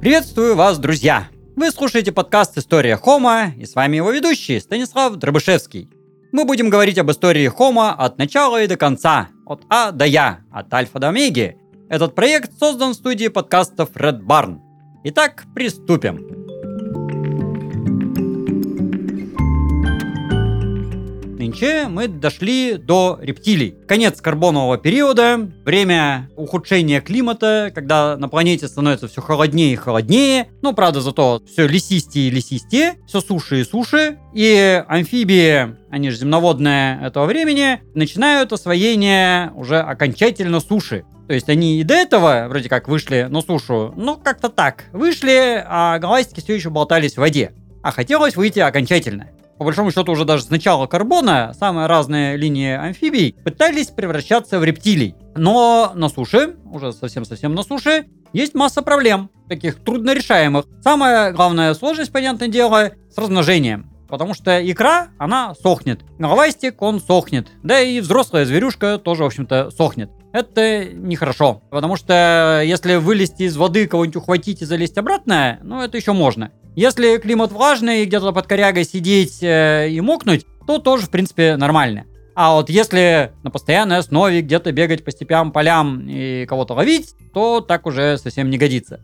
Приветствую вас, друзья! Вы слушаете подкаст «История Хома», и с вами его ведущий Станислав Дробышевский. Мы будем говорить об истории Хома от начала и до конца, от А до Я, от альфа до омеги. Этот проект создан в студии подкастов Red Barn. Итак, приступим. Нынче мы дошли до рептилий. Конец карбонового периода, время ухудшения климата, когда на планете становится все холоднее и холоднее. Но, правда, зато все лесистее и лесистее, все суше и суше. И амфибии, они же земноводные этого времени, начинают освоение уже окончательно суши. То есть они и до этого вроде как вышли на сушу, но как-то так вышли, а головастики все еще болтались в воде. А хотелось выйти окончательно. По большому счету, уже даже с начала карбона самые разные линии амфибий пытались превращаться в рептилий. Но на суше, уже совсем-совсем на суше, есть масса проблем, таких труднорешаемых. Самая главная сложность, понятное дело, с размножением. Потому что икра, она сохнет. Головастик, он сохнет. Да и взрослая зверюшка тоже, в общем-то, сохнет. Это нехорошо. Потому что если вылезти из воды, кого-нибудь ухватить и залезть обратно, ну это еще можно. Если климат влажный и где-то под корягой сидеть и мокнуть, то тоже, в принципе, нормально. А вот если на постоянной основе где-то бегать по степям, полям и кого-то ловить, то так уже совсем не годится.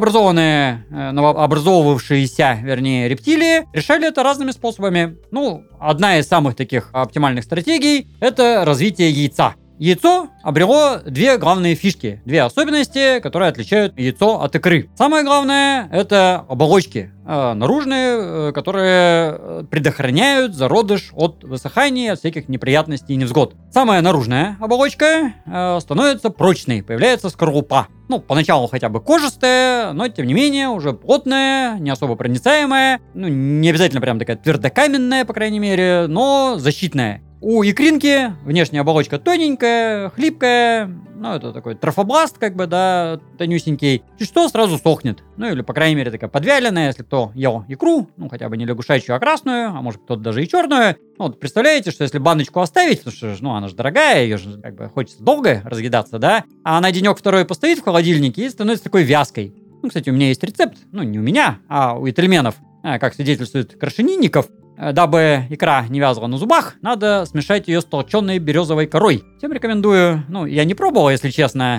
Новообразовывавшиеся рептилии решали это разными способами. Одна из самых таких оптимальных стратегий – это развитие яйца. Яйцо обрело две главные фишки, две особенности, которые отличают яйцо от икры. Самое главное – это оболочки наружные, которые предохраняют зародыш от высыхания, от всяких неприятностей и невзгод. Самая наружная оболочка становится прочной, появляется скорлупа. Поначалу хотя бы кожистая, но тем не менее уже плотная, не особо проницаемая, не обязательно прям такая твердокаменная, по крайней мере, но защитная. У икринки внешняя оболочка тоненькая, хлипкая, это такой трофобласт, тонюсенький. Чуть что сразу сохнет. Или, по крайней мере, такая подвяленная, если кто ел икру, хотя бы не лягушачью, а красную, а может кто-то даже и черную. Представляете, что если баночку оставить, потому что, она же дорогая, ее же хочется долго разъедаться, да? А она денек-второй постоит в холодильнике и становится такой вязкой. Кстати, у меня есть рецепт, не у меня, а у итальменов, как свидетельствует Крашенинников. Дабы икра не вязла на зубах, надо смешать ее с толченой березовой корой. Всем рекомендую. Я не пробовал, если честно,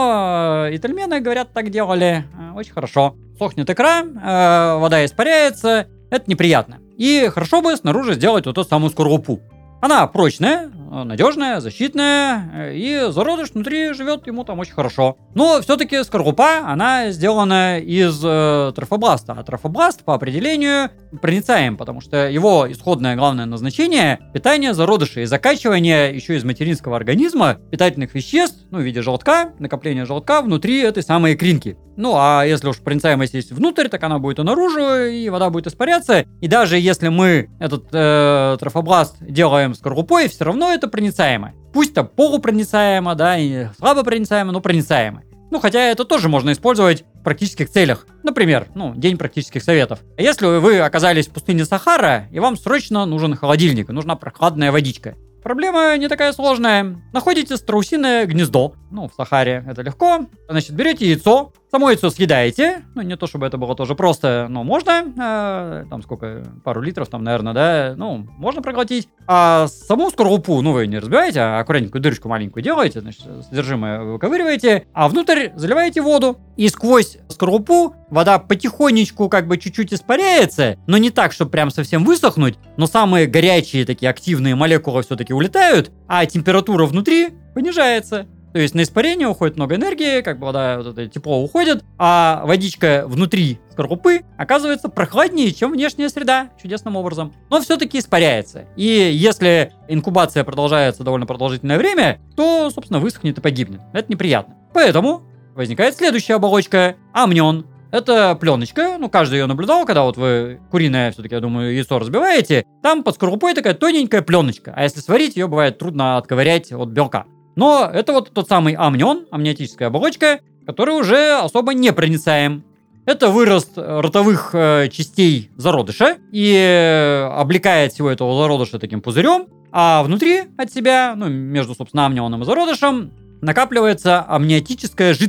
но итальмены, говорят, так делали. Очень хорошо. Сохнет икра, вода испаряется. Это неприятно. И хорошо бы снаружи сделать вот эту самую скорлупу. Она прочная, надежная, защитная, и зародыш внутри живет ему там очень хорошо. Но все-таки скорлупа, она сделана из трофобласта. А трофобласт по определению проницаем, потому что его исходное главное назначение – питание зародыша и закачивание еще из материнского организма питательных веществ, в виде желтка, накопление желтка внутри этой самой икринки. А если уж проницаемость есть внутрь, так она будет и наружу, и вода будет испаряться. И даже если мы этот трофобласт делаем скорлупой, все равно это проницаемо. Пусть это полупроницаемо, и слабопроницаемо, но проницаемо. Хотя это тоже можно использовать в практических целях. Например, день практических советов. Если вы оказались в пустыне Сахара, и вам срочно нужен холодильник, нужна прохладная водичка. Проблема не такая сложная. Находите страусиное гнездо. В Сахаре это легко. Берете яйцо. Само яйцо съедаете. Не то, чтобы это было тоже просто, но можно. Пару литров, наверное, да. Можно проглотить. А саму скорлупу, вы не разбиваете, а аккуратненькую дырочку маленькую делаете. Содержимое выковыриваете. А внутрь заливаете воду. И сквозь скорлупу вода потихонечку чуть-чуть испаряется. Но не так, чтобы прям совсем высохнуть. Но самые горячие такие активные молекулы все-таки улетают. А температура внутри понижается. То есть на испарение уходит много энергии, вода, тепло уходит, а водичка внутри скорлупы оказывается прохладнее, чем внешняя среда, чудесным образом. Но все-таки испаряется. И если инкубация продолжается довольно продолжительное время, то, собственно, высохнет и погибнет. Это неприятно. Поэтому возникает следующая оболочка – амнион. Это пленочка, каждый ее наблюдал, когда вы куриное, все-таки, я думаю, яйцо разбиваете, там под скорлупой такая тоненькая пленочка, а если сварить, ее бывает трудно отковырять от белка. Но это тот самый амнион, амниотическая оболочка, который уже особо не проницаем. Это вырост ротовых частей зародыша и облекает всего этого зародыша таким пузырем, а внутри от себя, между, собственно, амнионом и зародышем, накапливается амниотическая жидкость.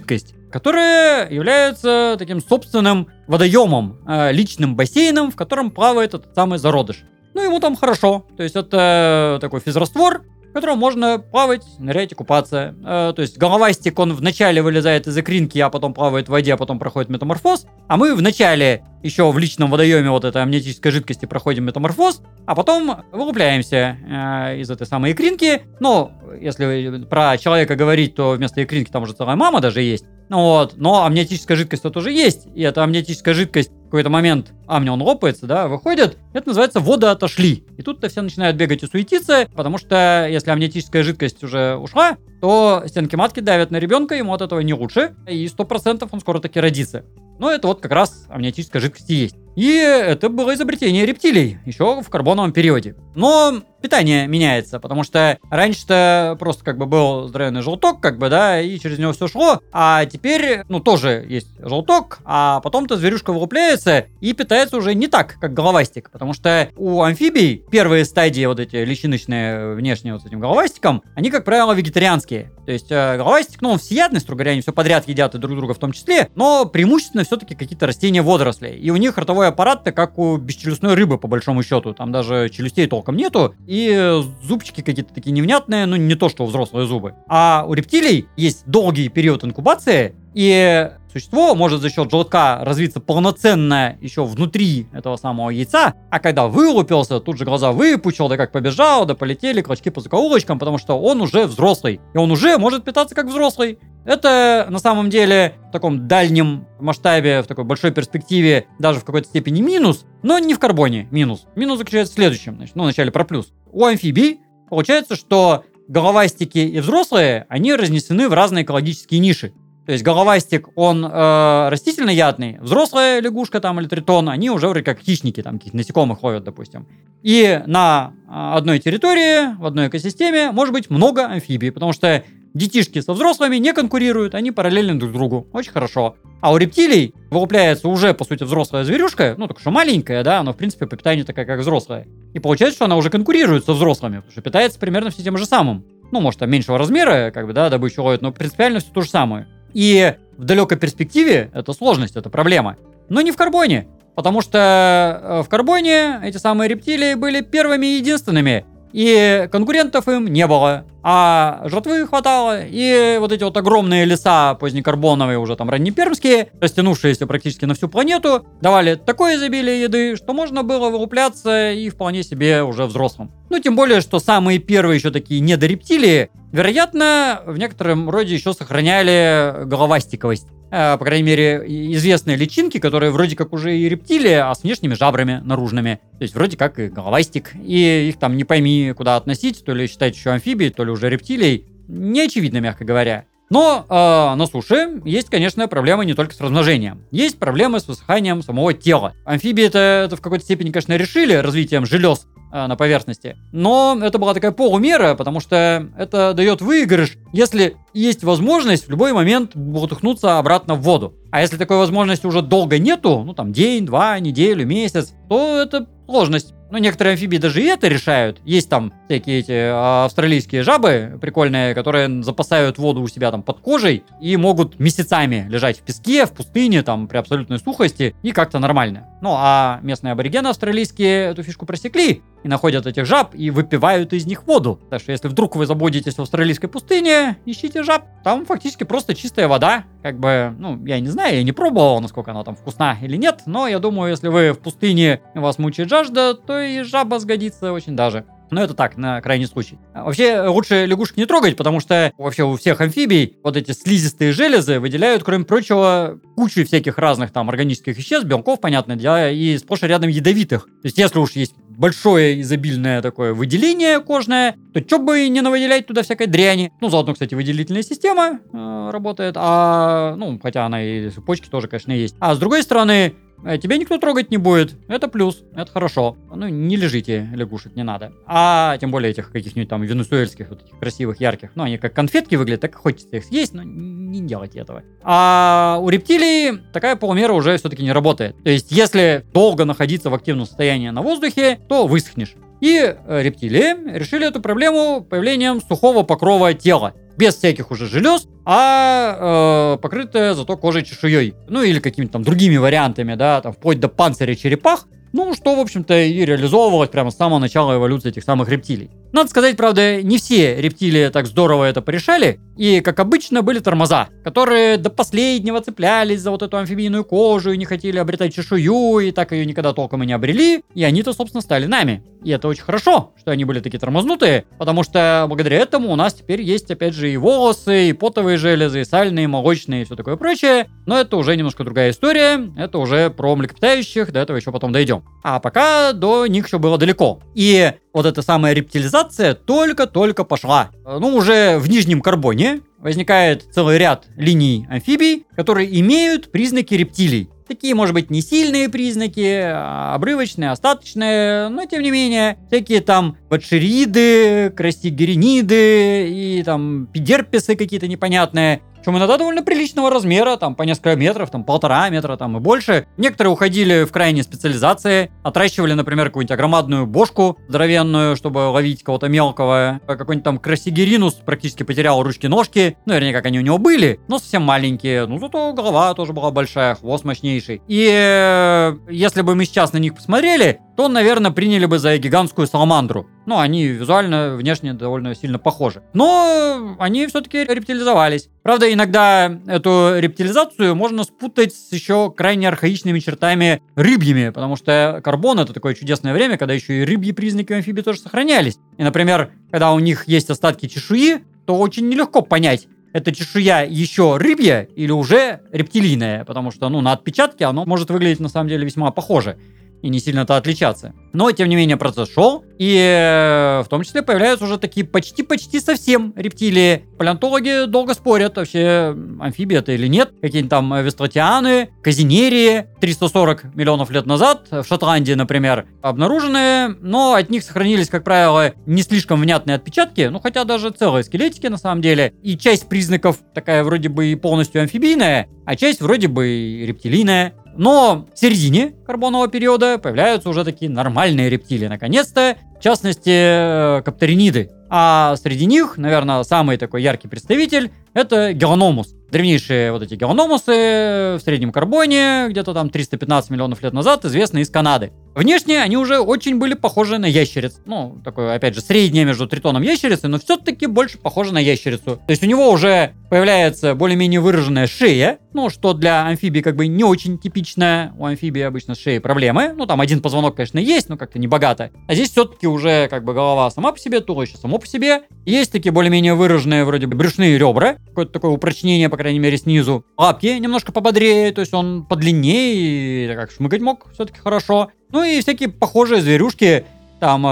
которые являются таким собственным водоемом, личным бассейном, в котором плавает этот самый зародыш. Ну, ему там хорошо. То есть это такой физраствор, в котором можно плавать, нырять и купаться. То есть головастик, он вначале вылезает из икринки, а потом плавает в воде, а потом проходит метаморфоз. А мы вначале еще в личном водоеме вот этой амниотической жидкости проходим метаморфоз, а потом вылупляемся из этой самой икринки. Но если про человека говорить, то вместо икринки там уже целая мама даже есть. Вот. Но амниотическая жидкость тут уже есть. И эта амниотическая жидкость в какой-то момент амнион лопается, да, выходит. Это называется воды отошли. И тут-то все начинают бегать и суетиться, потому что если амниотическая жидкость уже ушла, то стенки матки давят на ребенка, ему от этого не лучше. И 100% он скоро таки родится. Но это вот как раз амниотическая жидкость и есть. И это было изобретение рептилий еще в карбоновом периоде. Но питание меняется, потому что раньше-то просто как бы был здоровенный желток, как бы, да, и через него все шло. А теперь, ну, тоже есть желток, а потом-то зверюшка вылупляется и питается уже не так, как головастик. Потому что у амфибий первые стадии вот эти личиночные внешние вот с этим головастиком, они, как правило, вегетарианские. То есть головастик, ну, он всеядный, строго говоря, они все подряд едят и друг друга в том числе, но преимущественно все-таки какие-то растения водоросли. И у них ротовой аппарат-то как у бесчелюстной рыбы, по большому счету. Там даже челюстей толком нету, и зубчики какие-то такие невнятные, ну, не то, что у взрослые зубы. А у рептилий есть долгий период инкубации, и существо может за счет желтка развиться полноценно еще внутри этого самого яйца, а когда вылупился, тут же глаза выпучил, да как побежал, да полетели клочки по закоулочкам, потому что он уже взрослый, и он уже может питаться как взрослый. Это на самом деле в таком дальнем масштабе, в такой большой перспективе даже в какой-то степени минус, но не в карбоне минус. Минус заключается в следующем, значит, ну вначале про плюс. У амфибий получается, что головастики и взрослые, они разнесены в разные экологические ниши. То есть головастик, он растительноядный, взрослая лягушка там или тритон, они уже вроде как хищники, там каких-то насекомых ловят, допустим. И на одной территории, в одной экосистеме может быть много амфибий, потому что детишки со взрослыми не конкурируют, они параллельны друг другу. Очень хорошо. А у рептилий вылупляется уже, по сути, взрослая зверюшка, ну, только что маленькая, да, но, в принципе, по питанию такая, как взрослая. И получается, что она уже конкурирует со взрослыми, потому что питается примерно все тем же самым. Ну, может, там меньшего размера, как бы, да, добычу ловит, но принципиально все то же самое. И в далекой перспективе это сложность, это проблема. Но не в карбоне, потому что в карбоне эти самые рептилии были первыми и единственными, и конкурентов им не было. А жратвы хватало, и вот эти вот огромные леса позднекарбоновые, уже там раннепермские, растянувшиеся практически на всю планету, давали такое изобилие еды, что можно было вылупляться и вполне себе уже взрослым. Ну, тем более, что самые первые еще такие недорептилии, вероятно, в некотором роде еще сохраняли головастиковость. По крайней мере, известные личинки, которые вроде как уже и рептилии, а с внешними жабрами наружными. То есть вроде как и головастик. И их там не пойми куда относить, то ли считать еще амфибией, то ли уже рептилией. Не очевидно, мягко говоря. Но на суше есть, конечно, проблемы не только с размножением. Есть проблемы с высыханием самого тела. Амфибии это в какой-то степени, конечно, решили развитием желез на поверхности. Но это была такая полумера, потому что это дает выигрыш, если есть возможность в любой момент бултыхнуться обратно в воду. А если такой возможности уже долго нету, ну там день, два, неделю, месяц, то это сложность. Ну, некоторые амфибии даже и это решают. Есть там всякие эти австралийские жабы прикольные, которые запасают воду у себя там под кожей и могут месяцами лежать в песке, в пустыне, там при абсолютной сухости и как-то нормально. Ну, а местные аборигены австралийские эту фишку просекли и находят этих жаб и выпивают из них воду. Так что если вдруг вы заблудитесь в австралийской пустыне, ищите жаб. Там фактически просто чистая вода. Как бы, ну, я не знаю, я не пробовал, насколько она там вкусна или нет, но я думаю, если вы в пустыне и вас мучает жажда, то и жаба сгодится очень даже. Но это так, на крайний случай. Вообще, лучше лягушек не трогать, потому что вообще у всех амфибий вот эти слизистые железы выделяют, кроме прочего, кучу всяких разных там органических веществ, белков, понятное дело, и сплошь и рядом ядовитых. То есть, если уж есть большое изобильное такое выделение кожное, то чё бы и не навыделять туда всякой дряни. Ну, заодно, кстати, выделительная система работает, ну, хотя она и почки тоже, конечно, есть. А с другой стороны, тебя никто трогать не будет. Это плюс, это хорошо. Ну, не лежите, лягушек, не надо. А тем более этих каких-нибудь там венесуэльских, вот этих красивых, ярких. Ну, они как конфетки выглядят, так и хочется их съесть, но не делайте этого. А у рептилий такая полумера уже все-таки не работает. То есть, если долго находиться в активном состоянии на воздухе, то высохнешь. И рептилии решили эту проблему появлением сухого покрова тела. Без всяких уже желез, а покрытое зато кожей чешуей. Ну или какими-то там другими вариантами, да, там вплоть до панциря черепах. Ну, что, в общем-то, и реализовывалось прямо с самого начала эволюции этих самых рептилий. Надо сказать, правда, не все рептилии так здорово это порешали. И, как обычно, были тормоза, которые до последнего цеплялись за вот эту амфибийную кожу и не хотели обретать чешую, и так ее никогда толком и не обрели. И они-то, собственно, стали нами. И это очень хорошо, что они были такие тормознутые, потому что благодаря этому у нас теперь есть, опять же, и волосы, и потовые железы, и сальные, и молочные, и все такое прочее. Но это уже немножко другая история. Это уже про млекопитающих, до этого еще потом дойдем. А пока до них еще было далеко. И вот эта самая рептилизация только-только пошла. Ну, уже в нижнем карбоне возникает целый ряд линий амфибий, которые имеют признаки рептилий. Такие, может быть, не сильные признаки, обрывочные, остаточные, но тем не менее, всякие там батшериды, крастигериниды и там пидерписы какие-то непонятные. Причем иногда довольно приличного размера, там по несколько метров, там 1,5 метра, там и больше. Некоторые уходили в крайние специализации, отращивали, например, какую-нибудь огромадную бошку здоровенную, чтобы ловить кого-то мелкого. Какой-нибудь там красигеринус практически потерял ручки-ножки, ну, вернее, как они у него были, но совсем маленькие. Ну, зато голова тоже была большая, хвост мощнейший. И если бы мы сейчас на них посмотрели, то, наверное, приняли бы за гигантскую саламандру. Ну, они визуально, внешне довольно сильно похожи. Но они все-таки рептилизовались. Правда, иногда эту рептилизацию можно спутать с еще крайне архаичными чертами рыбьими, потому что карбон — это такое чудесное время, когда еще и рыбьи признаки амфибий тоже сохранялись. И, например, когда у них есть остатки чешуи, то очень нелегко понять, это чешуя еще рыбья или уже рептилийная, потому что, ну, на отпечатке оно может выглядеть на самом деле весьма похоже и не сильно-то отличаться. Но, тем не менее, процесс шел, и в том числе появляются уже такие почти совсем рептилии. Палеонтологи долго спорят, вообще амфибии это или нет. Какие-нибудь там вестротианы, казинерии 340 миллионов лет назад в Шотландии, например, обнаружены, но от них сохранились, как правило, не слишком внятные отпечатки, ну хотя даже целые скелетики на самом деле. И часть признаков такая вроде бы и полностью амфибийная, а часть вроде бы и рептилийная. Но в середине карбонового периода появляются уже такие нормальные рептилии, наконец-то, в частности, капториниды. А среди них, наверное, самый такой яркий представитель — это геланомус. Древнейшие вот эти геланомусы в среднем карбоне, где-то там 315 миллионов лет назад, известны из Канады. Внешне они уже очень были похожи на ящериц. Ну, такое, опять же, среднее между тритоном и ящерицей, но все-таки больше похоже на ящерицу. То есть у него уже появляется более-менее выраженная шея, ну, что для амфибии как бы не очень типично. У амфибии обычно с шеей проблемы. Ну, там один позвонок, конечно, есть, но как-то не богато. А здесь все-таки уже как бы голова сама по себе, туловище само по себе. Есть такие более-менее выраженные вроде бы брюшные ребра, какое-то такое упрочнение, по крайней мере, снизу. Лапки немножко пободрее, то есть он подлиннее и как шмыгать мог все-таки хорошо. Ну и всякие похожие зверюшки, там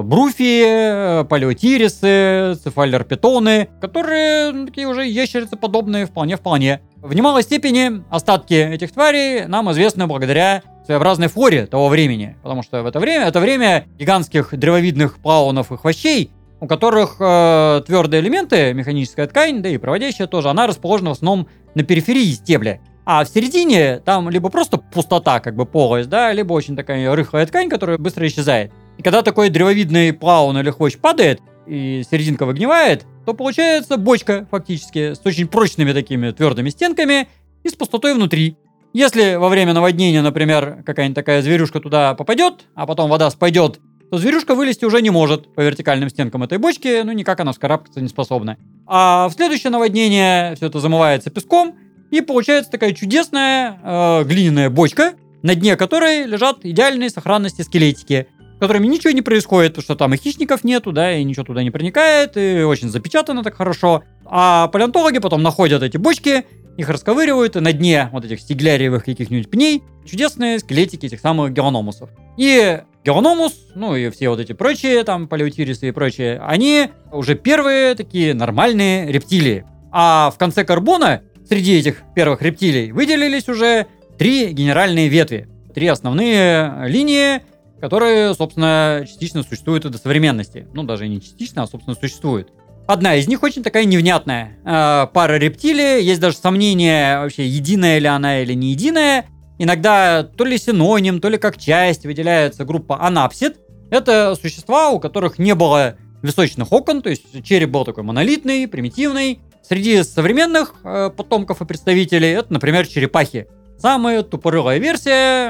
бруфии, палеотирисы, цефалерпитоны, которые такие уже ящерицеподобные вполне-вполне. В немалой степени остатки этих тварей нам известны благодаря своеобразной флоре того времени, потому что в это время гигантских древовидных плаунов и хвощей, у которых твердые элементы, механическая ткань, да и проводящая тоже, она расположена в основном на периферии стебля. А в середине там либо просто пустота, как бы полость, да, либо очень такая рыхлая ткань, которая быстро исчезает. И когда такой древовидный плаун или хвощ падает, и серединка выгнивает, то получается бочка фактически с очень прочными такими твердыми стенками и с пустотой внутри. Если во время наводнения, например, какая-нибудь такая зверюшка туда попадет, а потом вода спадет, то зверюшка вылезти уже не может по вертикальным стенкам этой бочки, ну никак она вскарабкаться не способна. А в следующее наводнение все это замывается песком, и получается такая чудесная глиняная бочка, на дне которой лежат идеальные сохранности скелетики, с которыми ничего не происходит, потому что там и хищников нету, да, и ничего туда не проникает, и очень запечатано так хорошо. А палеонтологи потом находят эти бочки, их расковыривают, и на дне вот этих стегляриевых каких-нибудь пней чудесные скелетики этих самых геланомусов. И геланомус, ну и все вот эти прочие, там, палеотирисы и прочие, они уже первые такие нормальные рептилии. А в конце карбона среди этих первых рептилий выделились уже 3 генеральные ветви, 3 основные линии, которые, собственно, частично существуют и до современности. Ну, даже не частично, а, собственно, существуют. Одна из них очень такая невнятная. Пара рептилий, есть даже сомнения, вообще, единая ли она или не единая. Иногда то ли синоним, то ли как часть выделяется группа анапсид. Это существа, у которых не было височных окон, то есть череп был такой монолитный, примитивный. Среди современных потомков и представителей это, например, черепахи. Самая тупорылая версия,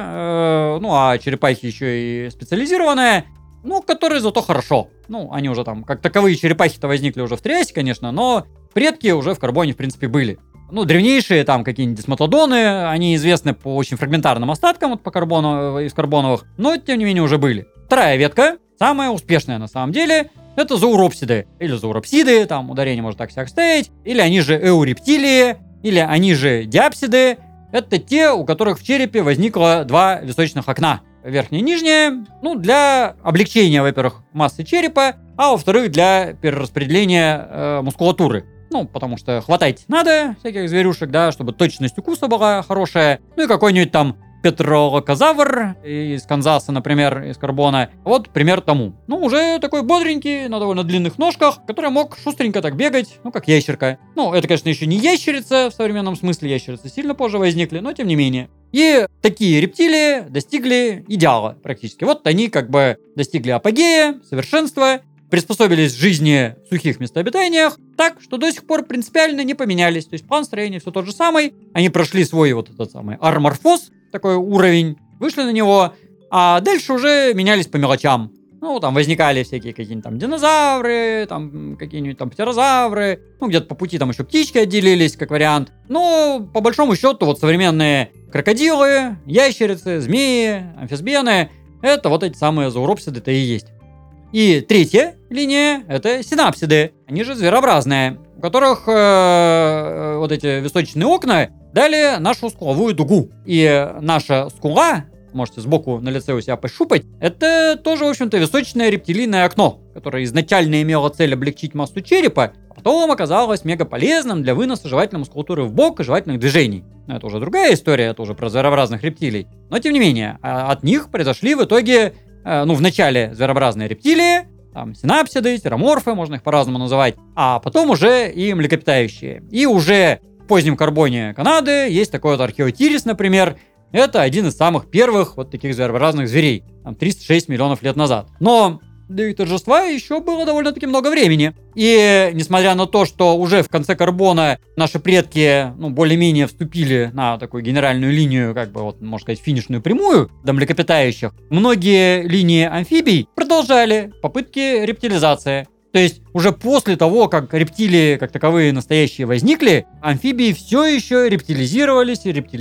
а черепахи еще и специализированная, которые зато хорошо. Они уже там, как таковые черепахи-то возникли уже в Триасе, конечно, но предки уже в Карбоне, в принципе, были. Древнейшие там какие-нибудь десмотодоны, они известны по очень фрагментарным остаткам из карбоновых, но тем не менее уже были. Вторая ветка, самая успешная на самом деле, это зооропсиды, или зооропсиды, там ударение может так-сяк стоять, или они же эурептилии, или они же диапсиды. Это те, у которых в черепе возникло два височных окна, верхнее и нижнее, для облегчения, во-первых, массы черепа, а во-вторых, для перераспределения мускулатуры. Потому что хватать надо всяких зверюшек, да, чтобы точность укуса была хорошая. И какой-нибудь там петролокозавр из Канзаса, например, из Карбона. Вот пример тому. Уже такой бодренький, на довольно длинных ножках, который мог шустренько так бегать, как ящерка. Это, конечно, еще не ящерица в современном смысле, ящерицы сильно позже возникли, но тем не менее. И такие рептилии достигли идеала практически. Вот они как бы достигли апогея, совершенства, приспособились к жизни в сухих местообитаниях так, что до сих пор принципиально не поменялись. То есть план строения все тот же самый. Они прошли свой вот этот самый арморфоз, такой уровень, вышли на него, а дальше уже менялись по мелочам. Там возникали всякие какие-нибудь там динозавры, там какие-нибудь там птерозавры, где-то по пути там еще птички отделились, как вариант. Но по большому счету вот современные крокодилы, ящерицы, змеи, амфисбены, это вот эти самые зооропсиды-то и есть. И третья линия – это синапсиды. Они же зверообразные, у которых вот эти височные окна дали нашу скуловую дугу. И наша скула, можете сбоку на лице у себя пощупать, это тоже, в общем-то, височное рептилийное окно, которое изначально имело цель облегчить массу черепа, а потом оказалось мега полезным для выноса жевательной мускулатуры в бок и жевательных движений. Это уже другая история, это уже про зверообразных рептилий. Но, тем не менее, от них произошли в итоге в начале зверообразные рептилии, там синапсиды, тероморфы, можно их по-разному называть, а потом уже и млекопитающие. И уже в позднем Карбоне Канады есть такой вот археотирис, например. Это один из самых первых вот таких зверообразных зверей, 306 миллионов лет назад. Но для их торжества еще было довольно-таки много времени. И несмотря на то, что уже в конце Карбона наши предки, более-менее вступили на такую генеральную линию, можно сказать, финишную прямую до млекопитающих, многие линии амфибий продолжали попытки рептилизации. То есть уже после того, как рептилии как таковые настоящие возникли, амфибии все еще рептилизировались,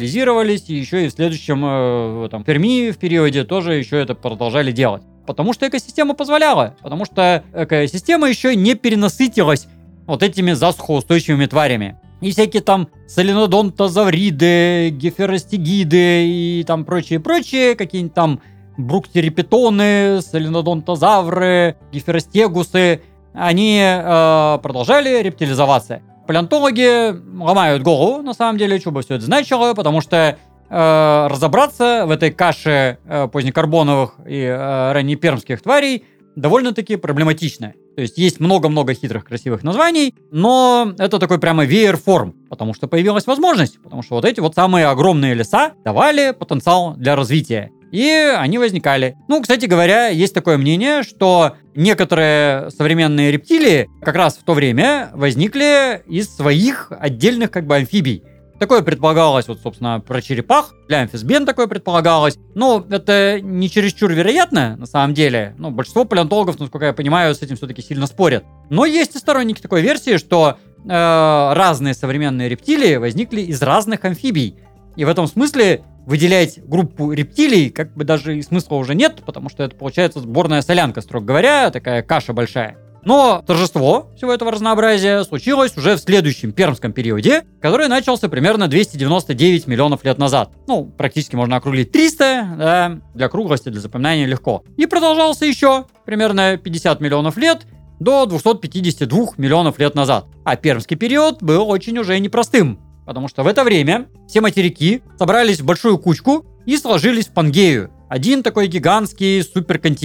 и еще и в следующем Перми в периоде тоже еще это продолжали делать. Потому что экосистема позволяла, потому что экосистема еще не перенасытилась вот этими засухоустойчивыми тварями. И всякие там соленодонтозавриды, геферостигиды и там прочие, какие-нибудь там бруктерипетоны, соленодонтозавры, геферостегусы, они продолжали рептилизоваться. Палеонтологи ломают голову, на самом деле, что бы все это значило, потому что разобраться в этой каше позднекарбоновых и раннепермских тварей довольно-таки проблематично. То есть много-много хитрых, красивых названий, но это такой прямо веер форм, потому что появилась возможность, потому что вот эти вот самые огромные леса давали потенциал для развития. И они возникали. Кстати говоря, есть такое мнение, что некоторые современные рептилии как раз в то время возникли из своих отдельных амфибий. Такое предполагалось, собственно, про черепах, для амфисбен такое предполагалось. Но это не чересчур вероятно, на самом деле. Большинство палеонтологов, насколько я понимаю, с этим все-таки сильно спорят. Но есть и сторонники такой версии, что разные современные рептилии возникли из разных амфибий. И в этом смысле выделять группу рептилий даже и смысла уже нет, потому что это получается сборная солянка, строго говоря, такая каша большая. Но торжество всего этого разнообразия случилось уже в следующем пермском периоде, который начался примерно 299 миллионов лет назад. Практически можно округлить 300, да, для округлости, для запоминания легко. И продолжался еще примерно 50 миллионов лет до 252 миллионов лет назад. А пермский период был очень уже непростым, потому что в это время все материки собрались в большую кучку и сложились в Пангею. Один такой гигантский суперконтинент.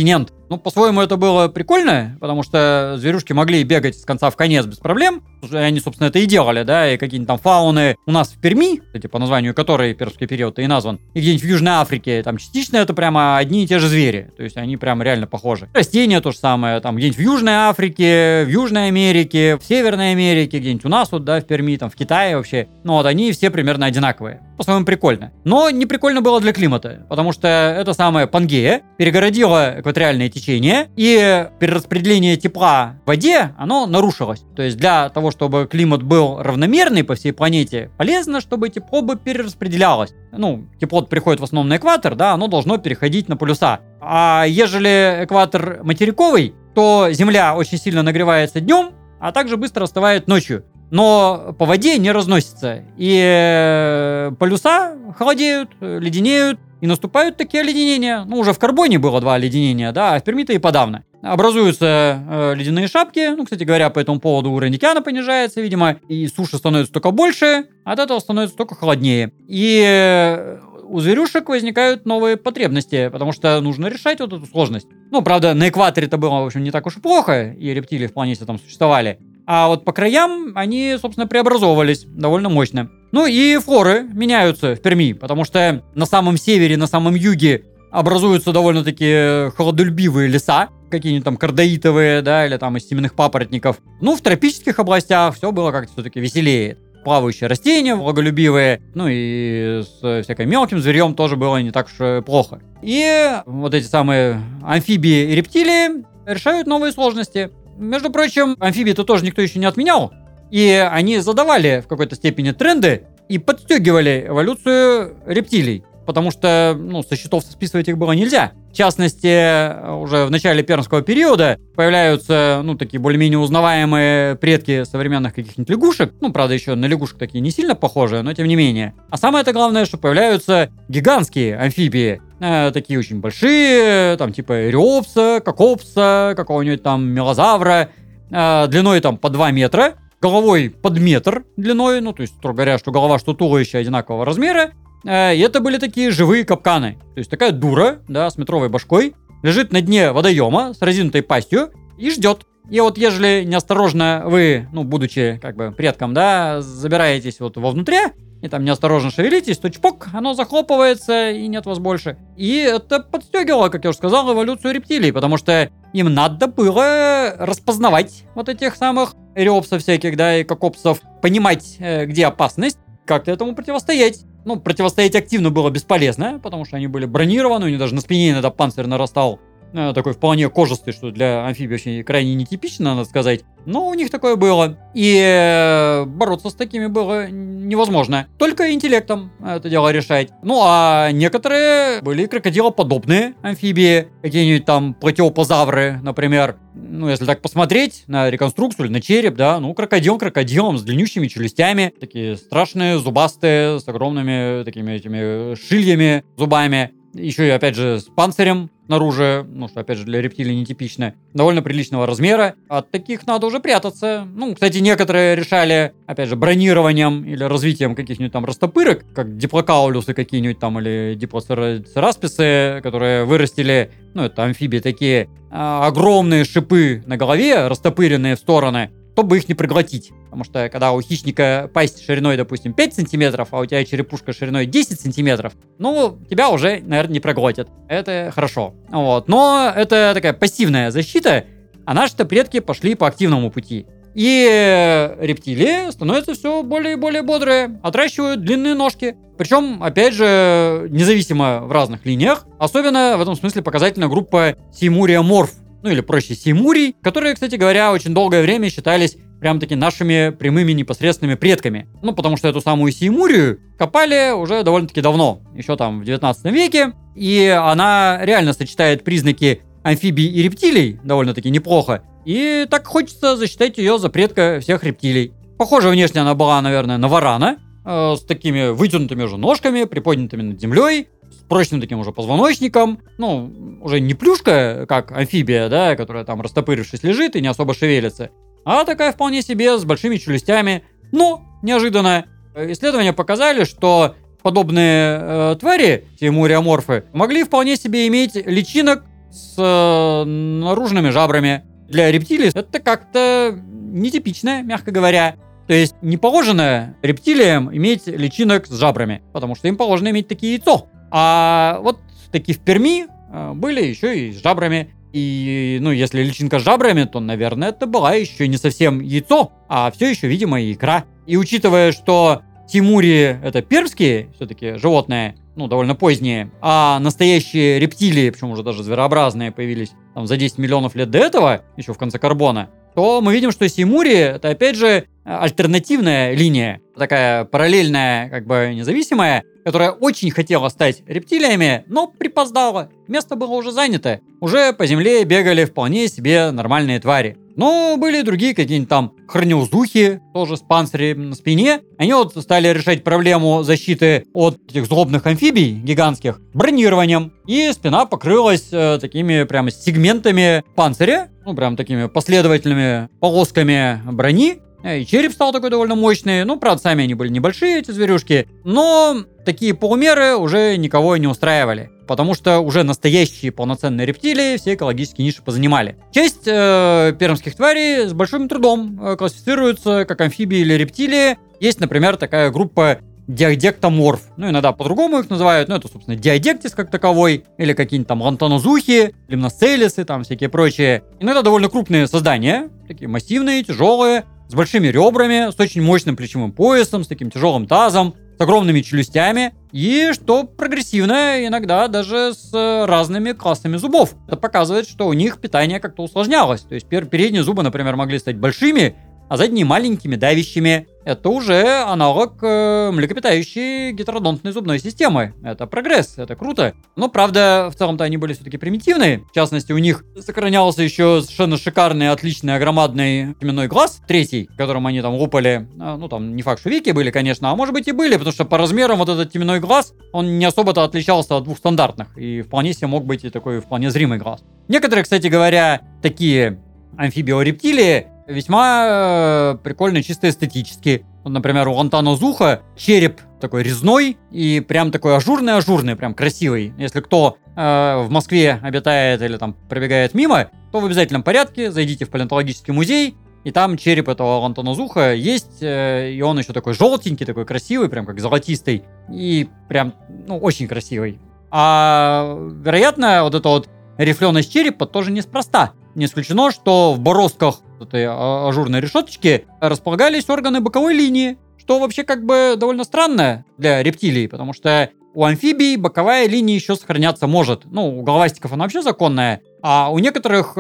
Ну, по-своему, это было прикольно, потому что зверюшки могли бегать с конца в конец без проблем. Они, собственно, это и делали, да, и какие-нибудь там фауны у нас в Перми, кстати, по названию которой пермский период и назван, и где-нибудь в Южной Африке, там частично это прямо одни и те же звери, то есть они прямо реально похожи. Растения то же самое, там где-нибудь в Южной Африке, в Южной Америке, в Северной Америке, где-нибудь у нас вот, да, в Перми, там в Китае вообще, ну вот они все примерно одинаковые. По-своему прикольно. Но не прикольно было для климата, потому что это самое Пангея перегородила экваториальное течение, и перераспределение тепла в воде, оно нарушилось. То есть для того, чтобы климат был равномерный по всей планете, полезно, чтобы тепло бы перераспределялось. Ну, тепло приходит в основном на экватор, да, оно должно переходить на полюса. А ежели экватор материковый, то Земля очень сильно нагревается днем, а также быстро остывает ночью. Но по воде не разносится. И полюса холодеют, леденеют, и наступают такие оледенения. Ну, уже в Карбоне было 2 оледенения, да, а в Перми-то и подавно. Образуются ледяные шапки. Ну, кстати говоря, по этому поводу уровень океана понижается, видимо, и суши становится только больше, а от этого становится только холоднее. И у зверюшек возникают новые потребности, потому что нужно решать вот эту сложность. Ну, правда, на экваторе это было, в общем, не так уж и плохо, и рептилии вполне себе там существовали. А вот по краям они, собственно, преобразовывались довольно мощно. Ну и флоры меняются в Перми, потому что на самом севере, на самом юге образуются довольно-таки холодолюбивые леса, какие-нибудь там кардаитовые, да, или там из семенных папоротников. Ну, в тропических областях все было как-то все-таки веселее. Плавающие растения, влаголюбивые, ну и с всяким мелким зверьем тоже было не так уж плохо. И вот эти самые амфибии и рептилии решают новые сложности. Между прочим, амфибии-то тоже никто еще не отменял, и они задавали в какой-то степени тренды и подстегивали эволюцию рептилий, потому что, ну, со счетов списывать их было нельзя. В частности, уже в начале пермского периода появляются, ну, такие более-менее узнаваемые предки современных каких-нибудь лягушек. Ну, правда, еще на лягушек такие не сильно похожие, но тем не менее. А самое-то главное, что появляются гигантские амфибии. Такие очень большие, там типа эриопса, кокопса, какого-нибудь там мелозавра, длиной там по 2 метра, головой под метр длиной, ну, то есть, строго говоря, что голова, что туловище одинакового размера. И это были такие живые капканы. То есть такая дура, да, с метровой башкой, лежит на дне водоема с разинутой пастью и ждет. И вот ежели неосторожно вы, ну, будучи как бы предком, да, забираетесь вот вовнутрь, и там неосторожно шевелитесь, то чпок, оно захлопывается, и нет вас больше. И это подстегивало, как я уже сказал, эволюцию рептилий, потому что им надо было распознавать вот этих самых эриопсов всяких, да, и кокопсов, понимать, где опасность, как-то этому противостоять. Ну, противостоять активно было бесполезно, потому что они были бронированы, у них даже на спине иногда панцирь нарастал. Такой вполне кожистый, что для амфибий очень крайне нетипично, надо сказать. Но у них такое было. И бороться с такими было невозможно. Только интеллектом это дело решать. Ну, а некоторые были крокодилоподобные амфибии. Какие-нибудь там платиопозавры, например. Ну, если так посмотреть на реконструкцию или на череп, да, ну, крокодил крокодилом с длиннющими челюстями. Такие страшные, зубастые, с огромными такими этими шильями, зубами. Еще и, опять же, с панцирем снаружи, ну, что, опять же, для рептилий нетипично, довольно приличного размера. От таких надо уже прятаться. Ну, кстати, некоторые решали, опять же, бронированием или развитием каких-нибудь там растопырок, как диплокаулюсы какие-нибудь там или диплоцерасписы, которые вырастили, ну, это амфибии такие, огромные шипы на голове, растопыренные в стороны, чтобы их не проглотить. Потому что когда у хищника пасть шириной, допустим, 5 сантиметров, а у тебя черепушка шириной 10 сантиметров, ну, тебя уже, наверное, не проглотят. Это хорошо. Вот. Но это такая пассивная защита, а наши-то предки пошли по активному пути. И рептилии становятся все более и более бодрые, отращивают длинные ножки. Причем, опять же, независимо в разных линиях. Особенно в этом смысле показательна группа Сеймурия морф. Ну или проще сеймурий, которые, кстати говоря, очень долгое время считались прям-таки нашими прямыми непосредственными предками. Ну, потому что эту самую сеймурию копали уже довольно-таки давно, еще там в 19 веке, и она реально сочетает признаки амфибий и рептилий довольно-таки неплохо, и так хочется засчитать ее за предка всех рептилий. Похоже, внешне она была, наверное, на варана, с такими вытянутыми уже ножками, приподнятыми над землей, с прочным таким уже позвоночником. Ну, уже не плюшка, как амфибия, да, которая там растопырившись лежит и не особо шевелится, а такая вполне себе с большими челюстями. Но, неожиданно, исследования показали, что подобные твари, сеймуриоморфы, могли вполне себе иметь личинок с наружными жабрами. Для рептилий это как-то нетипично, мягко говоря. То есть не положено рептилиям иметь личинок с жабрами, потому что им положено иметь такие яйцо. А вот такие в Перми были еще и с жабрами. И, если личинка с жабрами, то, наверное, это была еще не совсем яйцо, а все еще, видимо, икра. И учитывая, что тимури — это пермские все-таки животные, довольно поздние, а настоящие рептилии, причем уже даже зверообразные, появились там за 10 миллионов лет до этого, еще в конце Карбона, то мы видим, что симури — это, опять же, альтернативная линия, такая параллельная, как бы независимая, которая очень хотела стать рептилиями, но припоздала. Место было уже занято. Уже по земле бегали вполне себе нормальные твари. Но были и другие какие-нибудь там храниузухи, тоже с панцирем на спине. Они вот стали решать проблему защиты от этих злобных амфибий гигантских бронированием. И спина покрылась такими прямо сегментами панциря, прям такими последовательными полосками брони. И череп стал такой довольно мощный. Правда, сами они были небольшие, эти зверюшки. Но такие полумеры уже никого не устраивали. Потому что уже настоящие полноценные рептилии все экологические ниши позанимали. Часть пермских тварей с большим трудом классифицируются как амфибии или рептилии. Есть, например, такая группа диадектоморф. Иногда по-другому их называют. Это, собственно, диадектис как таковой. Или какие-нибудь там лантанозухи, лимноцелисы, там всякие прочие. Иногда довольно крупные создания. Такие массивные, тяжелые, с большими ребрами, с очень мощным плечевым поясом, с таким тяжелым тазом, с огромными челюстями и, что прогрессивно, иногда даже с разными классами зубов. Это показывает, что у них питание как-то усложнялось. То есть передние зубы, например, могли стать большими, а задние маленькими, давящими. Это уже аналог млекопитающей гетеродонтной зубной системы. Это прогресс, это круто. Но, правда, в целом-то они были все-таки примитивные. В частности, у них сохранялся еще совершенно шикарный, отличный, огромадный теменной глаз, третий, которым они там лупали. Там не факт, что веки были, конечно, а может быть и были, потому что по размерам вот этот теменной глаз, он не особо-то отличался от двух стандартных. И вполне себе мог быть и такой вполне зримый глаз. Некоторые, кстати говоря, такие амфибиорептилии весьма прикольно чисто эстетически. Например, у лантанозуха череп такой резной и прям такой ажурный, прям красивый. Если кто в Москве обитает или там пробегает мимо, то в обязательном порядке зайдите в палеонтологический музей, и там череп этого лантанозуха есть, и он еще такой желтенький, такой красивый, прям как золотистый, и прям, очень красивый. А вероятно, вот эта вот рифленость черепа тоже неспроста. Не исключено, что в бороздках этой ажурной решеточки располагались органы боковой линии, что вообще как бы довольно странно для рептилий, потому что у амфибий боковая линия еще сохраняться может. У головастиков она вообще законная, а у некоторых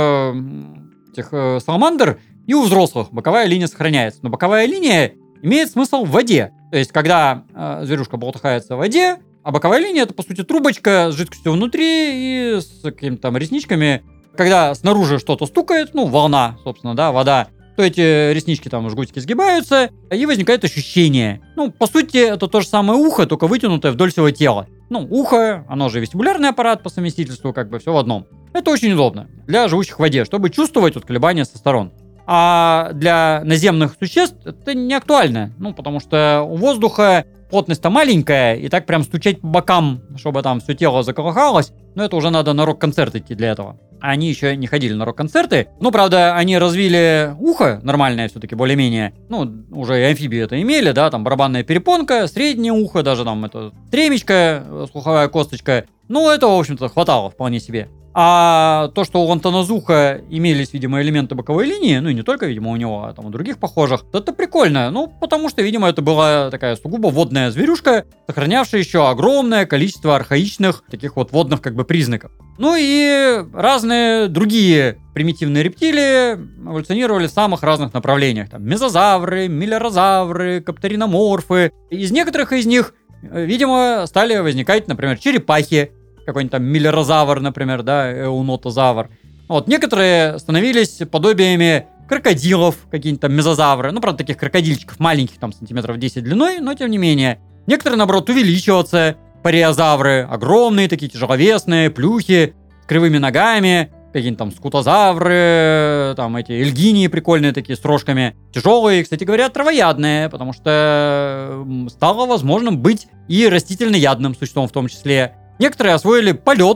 саламандр и у взрослых боковая линия сохраняется. Но боковая линия имеет смысл в воде. То есть, когда зверюшка болтыхается в воде, а боковая линия — это, по сути, трубочка с жидкостью внутри и с какими-то там ресничками. Когда снаружи что-то стукает, волна, собственно, да, вода, то эти реснички там, жгутики сгибаются, и возникает ощущение. По сути, это то же самое ухо, только вытянутое вдоль всего тела. Ухо, оно же вестибулярный аппарат по совместительству, как бы все в одном. Это очень удобно для живущих в воде, чтобы чувствовать колебания со сторон. А для наземных существ это не актуально, потому что у воздуха плотность-то маленькая, и так прям стучать по бокам, чтобы там все тело заколыхалось, это уже надо на рок-концерт идти для этого. А они еще не ходили на рок-концерты. Правда, они развили ухо нормальное все-таки, более-менее. Уже и амфибии это имели, да, там барабанная перепонка, среднее ухо, даже там это стремечко, слуховая косточка. Этого, в общем-то, хватало вполне себе. А то, что у лантанозуха имелись, видимо, элементы боковой линии, и не только, видимо, у него, а там у других похожих, то это прикольно. Потому что, видимо, это была такая сугубо водная зверюшка, сохранявшая еще огромное количество архаичных таких вот водных как бы признаков. И разные другие примитивные рептилии эволюционировали в самых разных направлениях. Там мезозавры, миллерозавры, капториноморфы. Из некоторых из них, видимо, стали возникать, например, черепахи. Какой-нибудь там миллерозавр, например, да, эунотозавр. Некоторые становились подобиями крокодилов, какие-нибудь там мезозавры. Правда, таких крокодильчиков маленьких, там, сантиметров 10 длиной, но тем не менее. Некоторые, наоборот, увеличиваться. Париозавры, огромные такие тяжеловесные, плюхи, с кривыми ногами. Какие-нибудь там скутозавры, там эти эльгинии прикольные такие, с рожками. Тяжелые, кстати говоря, травоядные, потому что стало возможным быть и растительноядным существом в том числе. Некоторые освоили полет,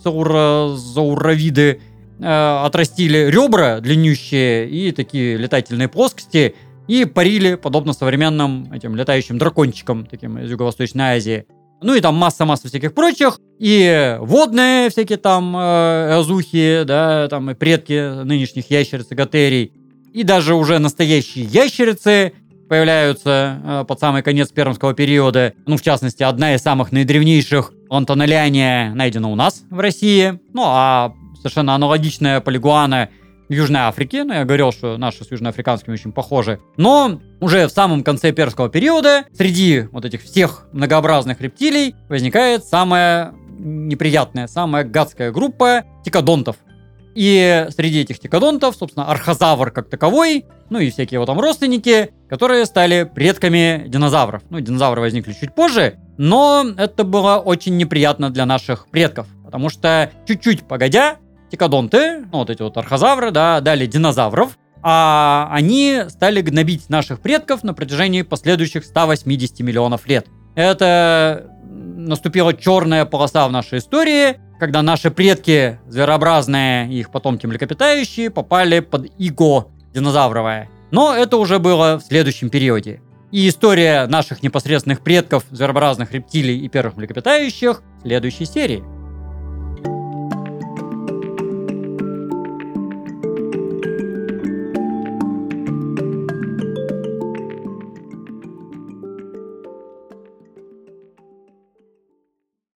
саурозауровиды отрастили ребра длиннющие и такие летательные плоскости и парили, подобно современным этим летающим дракончикам, таким из Юго-Восточной Азии. Ну и там масса всяких прочих, и водные всякие там азухи, да, там и предки нынешних ящериц и готерий, и даже уже настоящие ящерицы появляются под самый конец пермского периода. Ну, в частности, одна из самых наидревнейших, лантаноляния, найдена у нас в России. Ну, а совершенно аналогичная полигуана в Южной Африке. Ну, я говорил, что наши с южноафриканскими очень похожи. Но уже в самом конце пермского периода среди вот этих всех многообразных рептилий возникает самая неприятная, самая гадская группа тикодонтов. И среди этих тикодонтов, собственно, архозавр как таковой, ну и всякие его там родственники, которые стали предками динозавров. Ну, динозавры возникли чуть позже, но это было очень неприятно для наших предков, потому что чуть-чуть погодя, тикодонты, ну вот эти вот архозавры, да, дали динозавров, а они стали гнобить наших предков на протяжении последующих 180 миллионов лет. Это наступила черная полоса в нашей истории, когда наши предки зверообразные и их потомки млекопитающие попали под иго динозавровое. Но это уже было в следующем периоде. И история наших непосредственных предков, зверообразных рептилий и первых млекопитающих в следующей серии.